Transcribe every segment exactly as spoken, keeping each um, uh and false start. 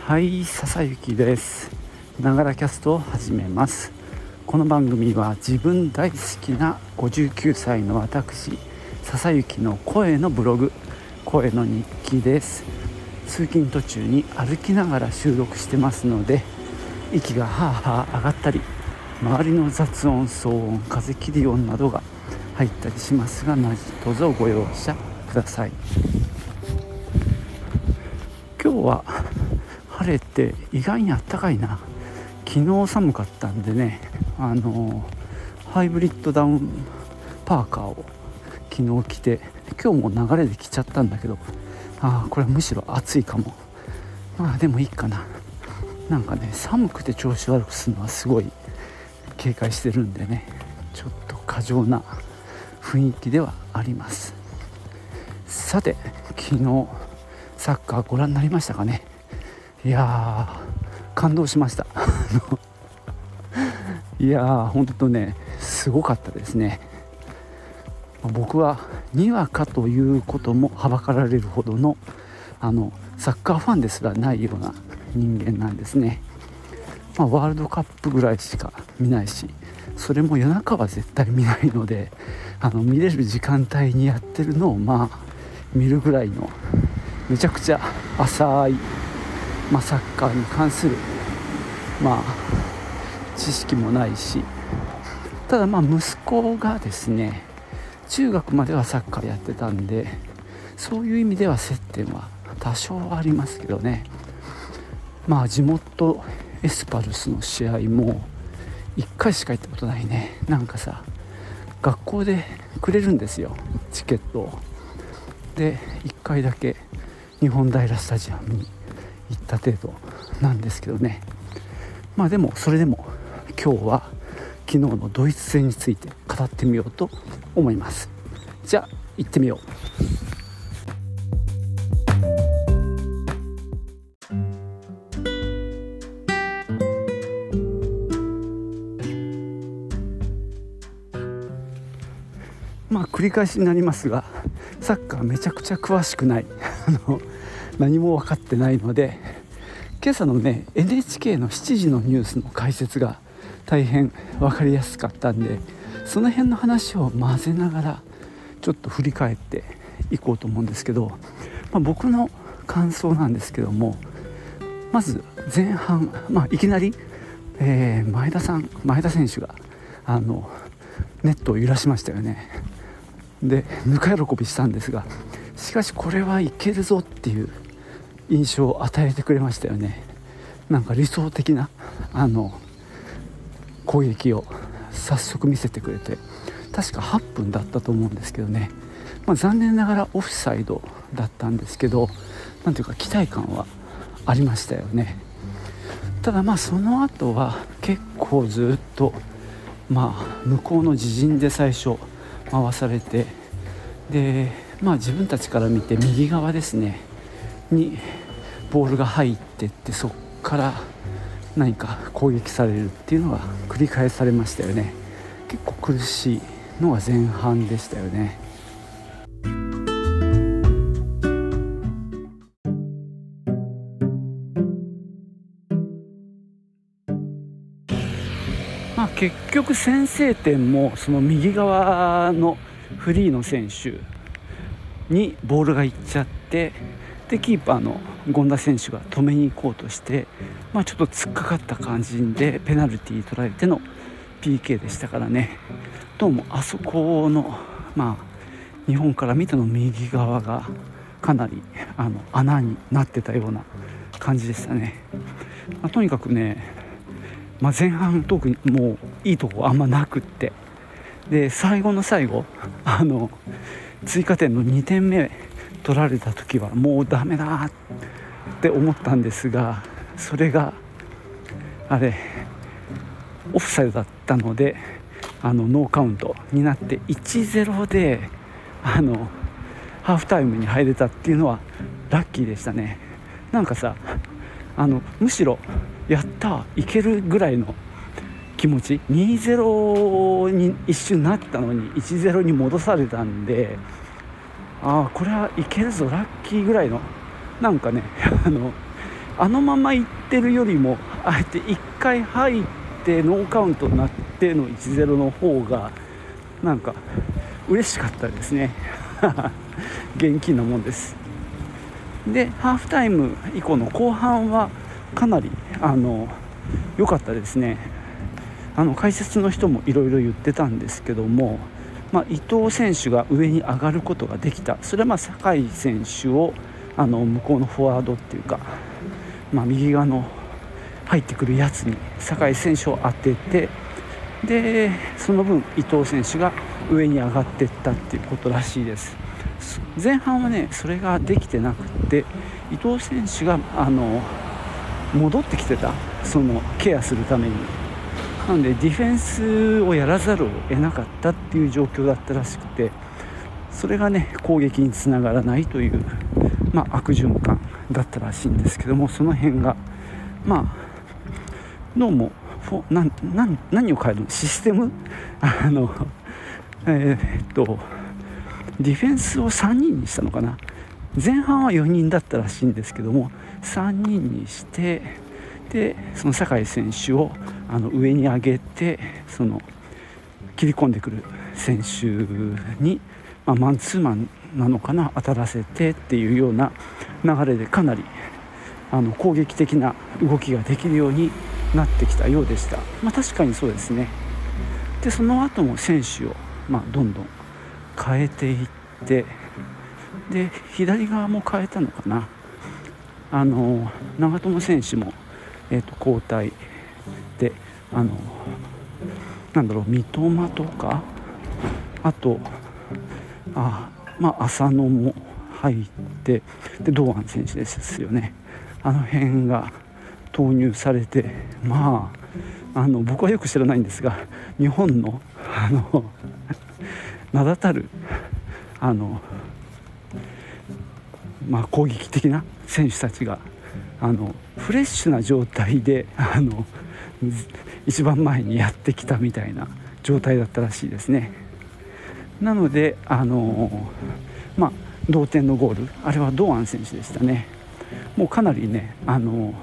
はい、笹雪です。ながらキャストを始めます。この番組は自分大好きなごじゅうきゅうさいの私笹雪の声のブログ、声の日記です。通勤途中に歩きながら収録してますので、息がはあはあ上がったり、周りの雑音、騒音、風切り音などが入ったりしますが、何卒ご容赦ください。今日は晴れて意外にあったかいな。昨日寒かったんでね、あのハイブリッドダウンパーカーを昨日着て、今日も流れで着ちゃったんだけど、あこれはむしろ暑いかも。まあでもいいかな。なんかね、寒くて調子悪くするのはすごい警戒してるんでね、ちょっと過剰な雰囲気ではあります。さて、昨日サッカーご覧になりましたかね。いやー感動しましたいやー本当ね、すごかったですね。僕はにわかということもはばかられるほどのあのサッカーファンですらないような人間なんですね。まあ、ワールドカップぐらいしか見ないし、それも夜中は絶対見ないので、あの見れる時間帯にやってるのをまあ見るぐらいのめちゃくちゃ浅い、まあ、サッカーに関するまあ知識もないし、ただまあ息子がですね、中学まではサッカーやってたんで、そういう意味では接点は多少ありますけどね。まあ地元エスパルスの試合もいっかいしか行ったことないね。なんかさ、学校でくれるんですよ、チケットを。でいっかいだけ日本平スタジアムに行った程度なんですけどね。まあでもそれでも今日は昨日のドイツ戦について語ってみようと思います。じゃあ行ってみよう。まあ繰り返しになりますが、サッカーめちゃくちゃ詳しくないあの何も分かってないので、今朝のね エヌエイチケー のしちじのニュースの解説が大変分かりやすかったんで、その辺の話を混ぜながらちょっと振り返っていこうと思うんですけど、まあ、僕の感想なんですけども、まず前半、まあ、いきなり、えー、前田さん前田選手があのネットを揺らしましたよね。でぬか喜びしたんですが、しかしこれはいけるぞっていう印象を与えてくれましたよね。なんか理想的なあの攻撃を早速見せてくれて、確かはっぷんだったと思うんですけどね、まあ、残念ながらオフサイドだったんですけど、なんていうか期待感はありましたよね。ただまあその後は結構ずっとまあ向こうの自陣で最初回されて、でまあ自分たちから見て右側ですねにボールが入ってって、そこから何か攻撃されるっていうのが繰り返されましたよね。結構苦しいのが前半でしたよね。まあ結局先制点もその右側のフリーの選手にボールがいっちゃって、でキーパーの権田選手が止めに行こうとして、まあ、ちょっと突っかかった感じでペナルティー取られての ピーケー でしたからね。どうもあそこの、まあ、日本から見ての右側がかなりあの穴になってたような感じでしたね。まあ、とにかくね、まあ、前半特にもういいとこあんまなくって、で最後の最後あの追加点のにてんめ取られた時はもうダメだって思ったんですが、それがあれオフサイドだったので、あのノーカウントになって いちたいゼロ であのハーフタイムに入れたっていうのはラッキーでしたね。なんかさ、あのむしろやったいけるぐらいの気持ち、にたいゼロに一瞬なったのに いちたいゼロ に戻されたんで、ああこれはいけるぞラッキーぐらいのなんかねあのあのままいってるよりもあえていっかい入ってノーカウントになっての いちたいゼロ の方がなんか嬉しかったですね現金なもんです。でハーフタイム以降の後半はかなりあの良かったですね。あの解説の人もいろいろ言ってたんですけども、まあ、伊藤選手が上に上がることができた。それはまあ酒井選手をあの向こうのフォワードっていうか、まあ、右側の入ってくるやつに酒井選手を当てて、でその分伊藤選手が上に上がっていったっていうことらしいです。前半はねそれができてなくて、伊藤選手があの戻ってきてた、そのケアするために。なのでディフェンスをやらざるを得なかったっていう状況だったらしくて、それがね攻撃につながらないという、まあ、悪循環だったらしいんですけども、その辺がまあどうもなな何を変えるのシステムあのえー、っとディフェンスをさんにんにしたのかな。前半はよにんだったらしいんですけどもさんにんにして、でその酒井選手をあの上に上げて、その切り込んでくる選手に、まあ、マンツーマンなのかな当たらせてっていうような流れで、かなりあの攻撃的な動きができるようになってきたようでした。まあ、確かにそうですね。でその後も選手を、まあ、どんどん変えていって、で左側も変えたのかな。あの長友選手も、えー、と交代で、あのなんだろう三笘とか、あとあ、まあ、浅野も入って、で堂安選手ですよね。あの辺が投入されて、まあ、あの僕はよく知らないんですが、日本のあの名だたるあの、まあ、攻撃的な選手たちがあのフレッシュな状態であの一番前にやってきたみたいな状態だったらしいですね。なのであの、まあ、同点のゴール、あれは堂安選手でしたね。もうかなりねあの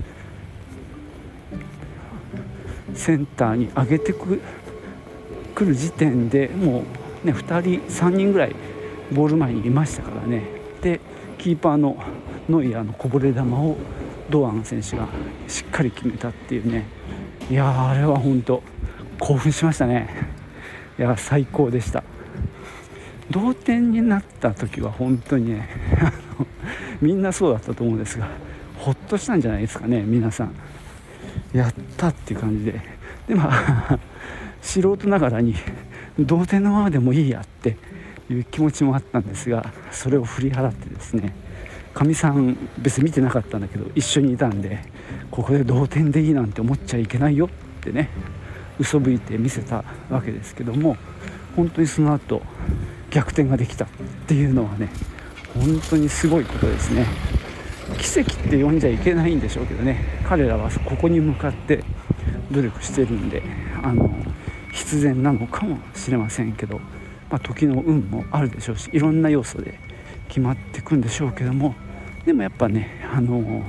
センターに上げてくくる時点でもう、ね、ふたりさんにんぐらいゴール前にいましたからね。でキーパーのノイアーのこぼれ球を堂安選手がしっかり決めたっていうね。いやーあれは本当興奮しましたね。いや最高でした。同点になった時は本当にねあのみんなそうだったと思うんですが、ほっとしたんじゃないですかね。皆さんやったっていう感じで、でまあ素人ながらに同点のままでもいいやっていう気持ちもあったんですが、それを振り払ってですね、かみさん別に見てなかったんだけど一緒にいたんで、ここで同点でいいなんて思っちゃいけないよってね嘘吹いて見せたわけですけども、本当にその後逆転ができたっていうのはね本当にすごいことですね。奇跡って呼んじゃいけないんでしょうけどね、彼らはここに向かって努力してるんで、あの必然なのかもしれませんけど、まあ、時の運もあるでしょうし、いろんな要素で決まっていくんでしょうけども、でもやっぱねあの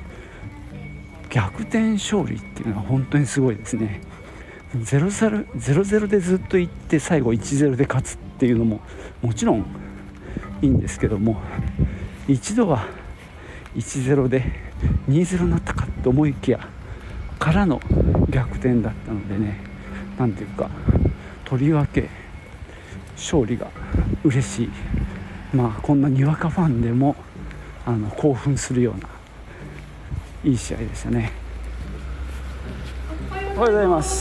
逆転勝利っていうのは本当にすごいですね。ゼロゼロ、ゼロゼロでずっといって最後いちたいゼロで勝つっていうのももちろんいいんですけども、一度はいちたいゼロでにたいゼロになったかと思いきやからの逆転だったのでね、なんていうかとりわけ勝利が嬉しい、まあこんなにわかファンでもあの興奮するようないい試合でしたね。おはようございます。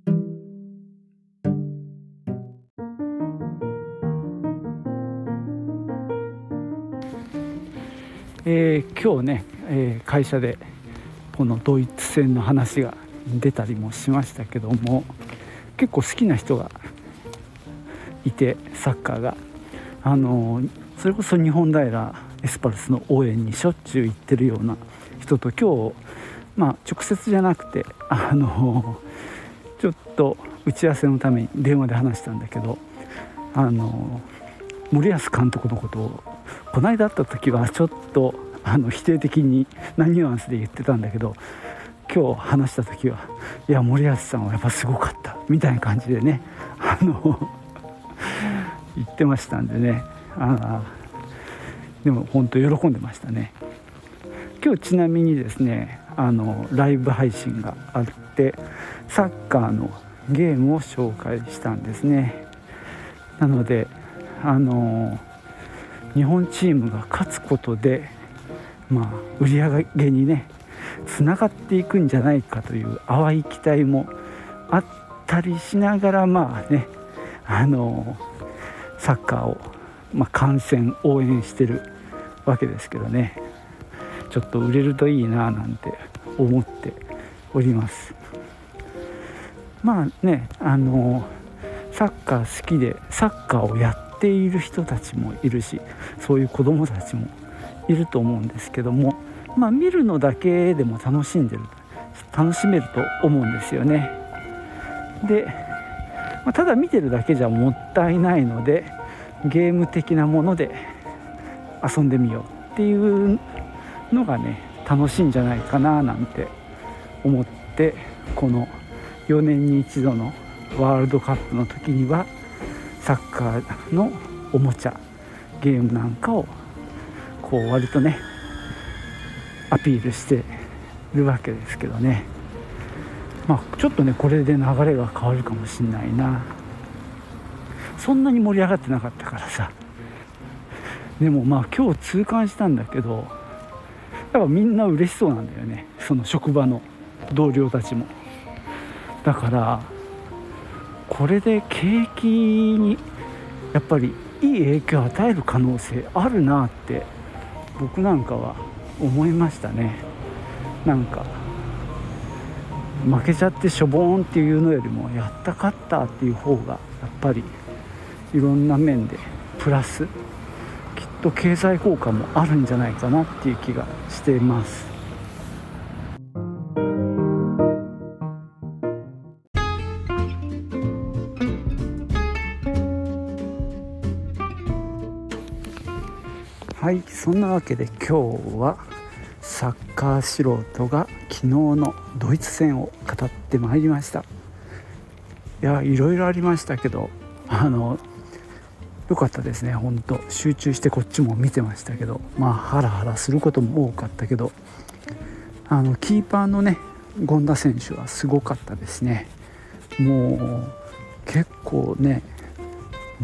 えー、今日ね、えー、会社でこのドイツ戦の話が出たりもしましたけども、結構好きな人がいて、サッカーがあのー、それこそ日本平エスパルスの応援にしょっちゅう行ってるような人と今日、まあ、直接じゃなくてあのー、ちょっと打ち合わせのために電話で話したんだけど、あのー、森保監督のことをこの間会った時はちょっとあの否定的になニュアンスで言ってたんだけど、今日話した時はいや森保さんはやっぱすごかったみたいな感じでねあの言ってましたんでね、あでも本当喜んでましたね。今日ちなみにですねあのライブ配信があってサッカーのゲームを紹介したんですね。なのであの日本チームが勝つことで、まあ、売り上げにねつながっていくんじゃないかという淡い期待もあったりしながら、まあねあのサッカーを、まあ、観戦応援してるわけですけどね、ちょっと売れるといいななんて思っております。まあねあのサッカー好きでサッカーをやっている人たちもいるし、そういう子どもたちもいると思うんですけども、まあ見るのだけでも楽しんでる楽しめると思うんですよね。で、まあ、ただ見てるだけじゃもったいないのでゲーム的なもので遊んでみようっていうのがね楽しいんじゃないかななんて思って、このよねんに一度のワールドカップの時にはサッカーのおもちゃゲームなんかをこう割とねアピールしてるわけですけどね、まあちょっとねこれで流れが変わるかもしんないな。そんなに盛り上がってなかったからさ。でもまあ今日痛感したんだけど、やっぱみんな嬉しそうなんだよね、その職場の同僚たちも。だからこれで景気にやっぱりいい影響を与える可能性あるなって僕なんかは思いましたね。なんか負けちゃってしょぼーんっていうのよりもやった勝ったっていう方がやっぱりいろんな面でプラス、きっと経済効果もあるんじゃないかなっていう気がしています。はい、そんなわけで今日はサッカー素人が昨日のドイツ戦を語ってまいりました。いやいろいろありましたけど、あの良かったですね。本当集中してこっちも見てましたけど、まあハラハラすることも多かったけど、あのキーパーのね権田選手はすごかったですね。もう結構ね、うん、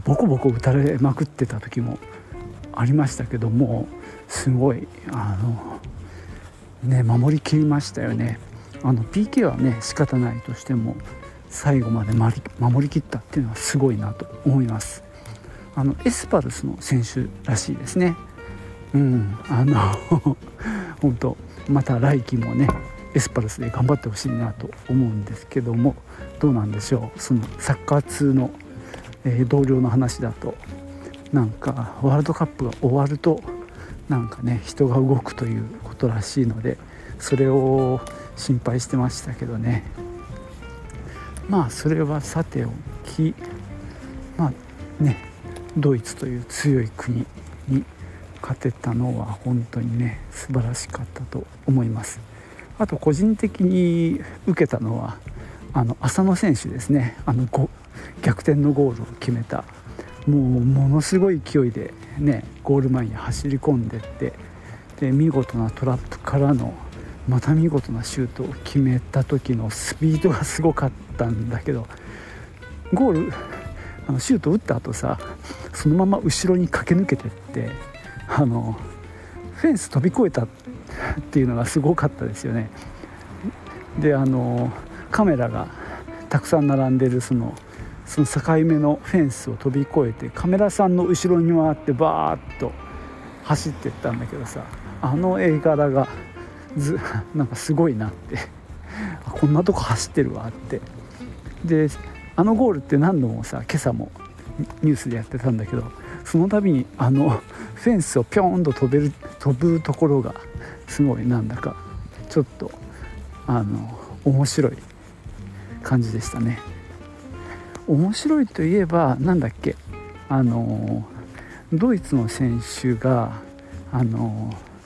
ボコボコ打たれまくってた時もありましたけども、すごいあのね守りきりましたよね。あの ピーケー はね仕方ないとしても最後まで守りきったっていうのはすごいなと思います。あのエスパルスの選手らしいですね。うんあの本当また来季もねエスパルスで頑張ってほしいなと思うんですけども、どうなんでしょう。そのサッカー通の、えー、同僚の話だと、なんかワールドカップが終わるとなんかね人が動くということらしいので、それを心配してましたけどね。まあそれはさておき、まあねドイツという強い国に勝てたのは本当にね素晴らしかったと思います。あと個人的に受けたのはあの浅野選手ですね。あの逆転のゴールを決めた、もうものすごい勢いでねゴール前に走り込んでって、で見事なトラップからのまた見事なシュートを決めた時のスピードがすごかったんだけど、ゴールあのシュート打った後さ、そのまま後ろに駆け抜けてってあのフェンス飛び越えたっていうのがすごかったですよね。であのカメラがたくさん並んでるそのその境目のフェンスを飛び越えてカメラさんの後ろに回ってバーッと走ってったんだけどさ、あの絵柄がずなんかすごいなってこんなとこ走ってるわって。であのゴールって何度もさ今朝もニュースでやってたんだけど、その度にあのフェンスをピョーンと飛べる飛ぶところがすごいなんだかちょっとあの面白い感じでしたね。面白いといえばなんだっけ、あのドイツの選手があの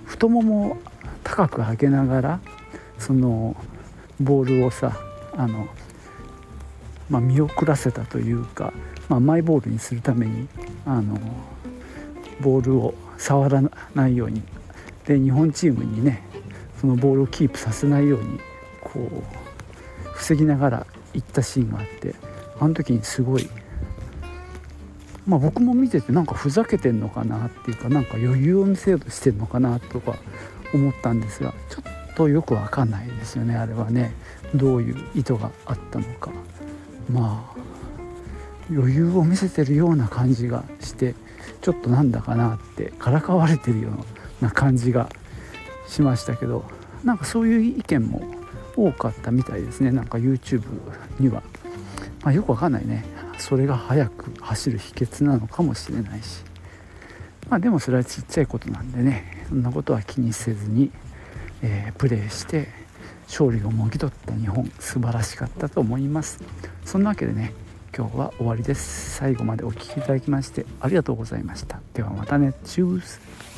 太ももを高く上げながらそのボールをさあの、まあ、見送らせたというか、まあ、マイボールにするためにあのボールを触らないようにで日本チームにねそのボールをキープさせないようにこう防ぎながら行ったシーンがあって、あの時にすごい、まあ、僕も見ててなんかふざけてんのかなっていうかなんか余裕を見せようとしてんのかなとか思ったんですが、ちょっとよくわかんないですよね。あれはねどういう意図があったのか、まあ余裕を見せてるような感じがしてちょっとなんだかなってからかわれてるような感じがしましたけど、なんかそういう意見も多かったみたいですね。なんか YouTube には、まあ、よくわかんないね。それが速く走る秘訣なのかもしれないし、まあでもそれはちっちゃいことなんでね、そんなことは気にせずに、えー、プレーして勝利をもぎ取った日本、素晴らしかったと思います。そんなわけでね今日は終わりです。最後までお聞きいただきましてありがとうございました。ではまたね。チュース。